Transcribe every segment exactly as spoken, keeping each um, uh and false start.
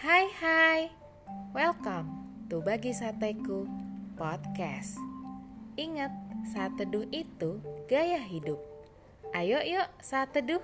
Hai hai, welcome to Bagi Sateku Podcast. Ingat, saat teduh itu gaya hidup. Ayo yuk saat teduh.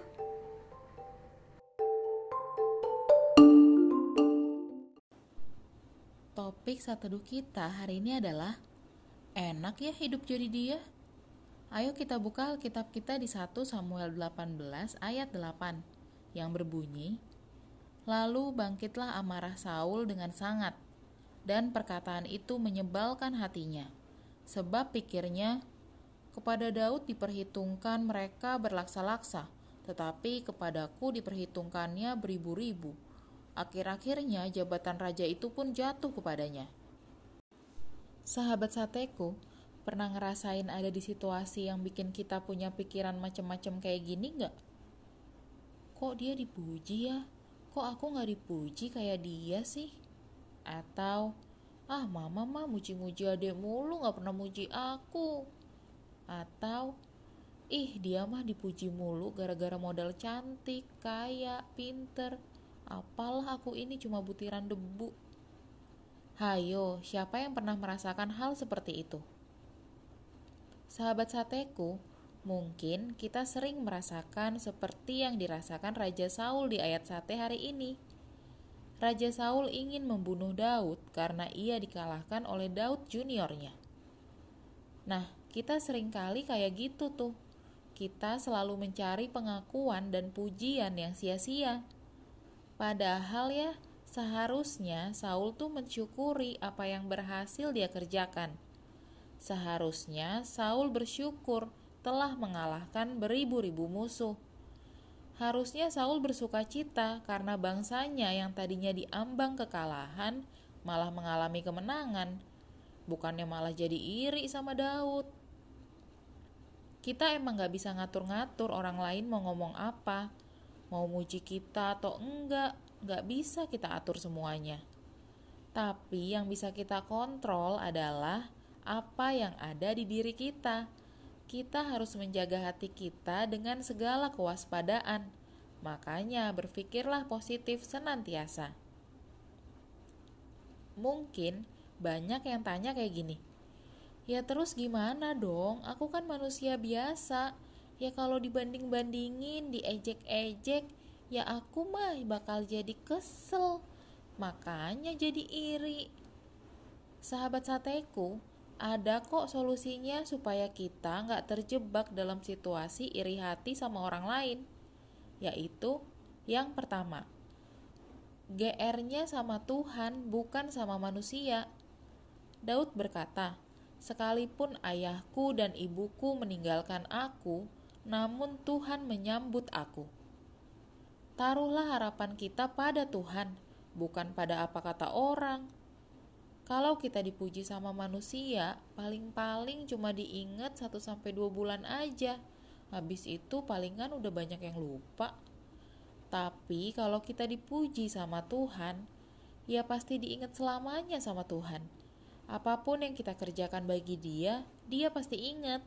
Topik saat teduh kita hari ini adalah enak ya hidup jadi dia. Ayo kita buka Alkitab kita di satu Samuel delapan belas ayat delapan yang berbunyi, lalu bangkitlah amarah Saul dengan sangat, dan perkataan itu menyebalkan hatinya, sebab pikirnya, kepada Daud diperhitungkan mereka berlaksa-laksa, tetapi kepadaku diperhitungkannya beribu-ribu. Akhir-akhirnya jabatan raja itu pun jatuh kepadanya. Sahabat sateku, pernah ngerasain ada di situasi yang bikin kita punya pikiran macam-macam kayak gini gak? Kok dia dipuji ya? Kok aku gak dipuji kayak dia sih? Atau, ah mama mah muji-muji adek mulu gak pernah muji aku. Atau, ih dia mah dipuji mulu gara-gara modal cantik, kaya, pinter. Apalah aku ini cuma butiran debu. Hayo, siapa yang pernah merasakan hal seperti itu? Sahabat sateku, mungkin kita sering merasakan seperti yang dirasakan Raja Saul di ayat sate hari ini. Raja Saul ingin membunuh Daud karena ia dikalahkan oleh Daud juniornya. Nah, kita sering kali kayak gitu tuh. Kita selalu mencari pengakuan dan pujian yang sia-sia. Padahal ya, seharusnya Saul tuh mensyukuri apa yang berhasil dia kerjakan. Seharusnya Saul bersyukur telah mengalahkan beribu-ribu musuh. Harusnya Saul bersuka cita karena bangsanya yang tadinya diambang kekalahan malah mengalami kemenangan. Bukannya malah jadi iri sama Daud. Kita emang gak bisa ngatur-ngatur orang lain mau ngomong apa, mau muji kita atau enggak, gak bisa kita atur semuanya. Tapi yang bisa kita kontrol adalah apa yang ada di diri kita. Kita harus menjaga hati kita dengan segala kewaspadaan. Makanya berpikirlah positif senantiasa. Mungkin banyak yang tanya kayak gini, ya terus gimana dong? Aku kan manusia biasa. Ya kalau dibanding-bandingin, diejek-ejek, ya aku mah bakal jadi kesel. Makanya jadi iri. Sahabat sateku, ada kok solusinya supaya kita gak terjebak dalam situasi iri hati sama orang lain. Yaitu, yang pertama, G R-nya sama Tuhan bukan sama manusia. Daud berkata, sekalipun ayahku dan ibuku meninggalkan aku, namun Tuhan menyambut aku. Taruhlah harapan kita pada Tuhan, bukan pada apa kata orang. Kalau kita dipuji sama manusia, paling-paling cuma diingat satu sampai dua bulan aja. Habis itu palingan udah banyak yang lupa. Tapi kalau kita dipuji sama Tuhan, ya pasti diingat selamanya sama Tuhan. Apapun yang kita kerjakan bagi Dia, Dia pasti ingat.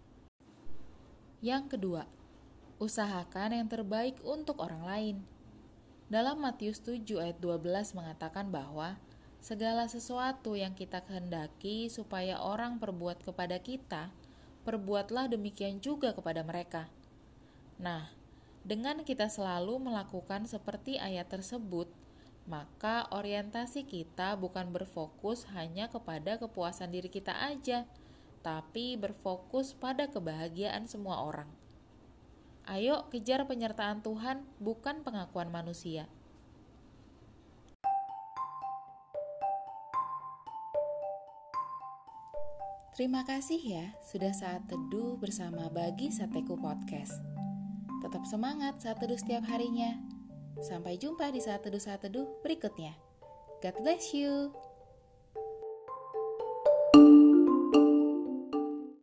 Yang kedua, usahakan yang terbaik untuk orang lain. Dalam Matius tujuh ayat dua belas mengatakan bahwa segala sesuatu yang kita kehendaki supaya orang perbuat kepada kita, perbuatlah demikian juga kepada mereka. Nah, dengan kita selalu melakukan seperti ayat tersebut, maka orientasi kita bukan berfokus hanya kepada kepuasan diri kita aja, tapi berfokus pada kebahagiaan semua orang. Ayo kejar penyertaan Tuhan, bukan pengakuan manusia. Terima kasih ya sudah saat teduh bersama Bagi Sateku Podcast. Tetap semangat saat teduh setiap harinya. Sampai jumpa di saat teduh-saat teduh berikutnya. God bless you.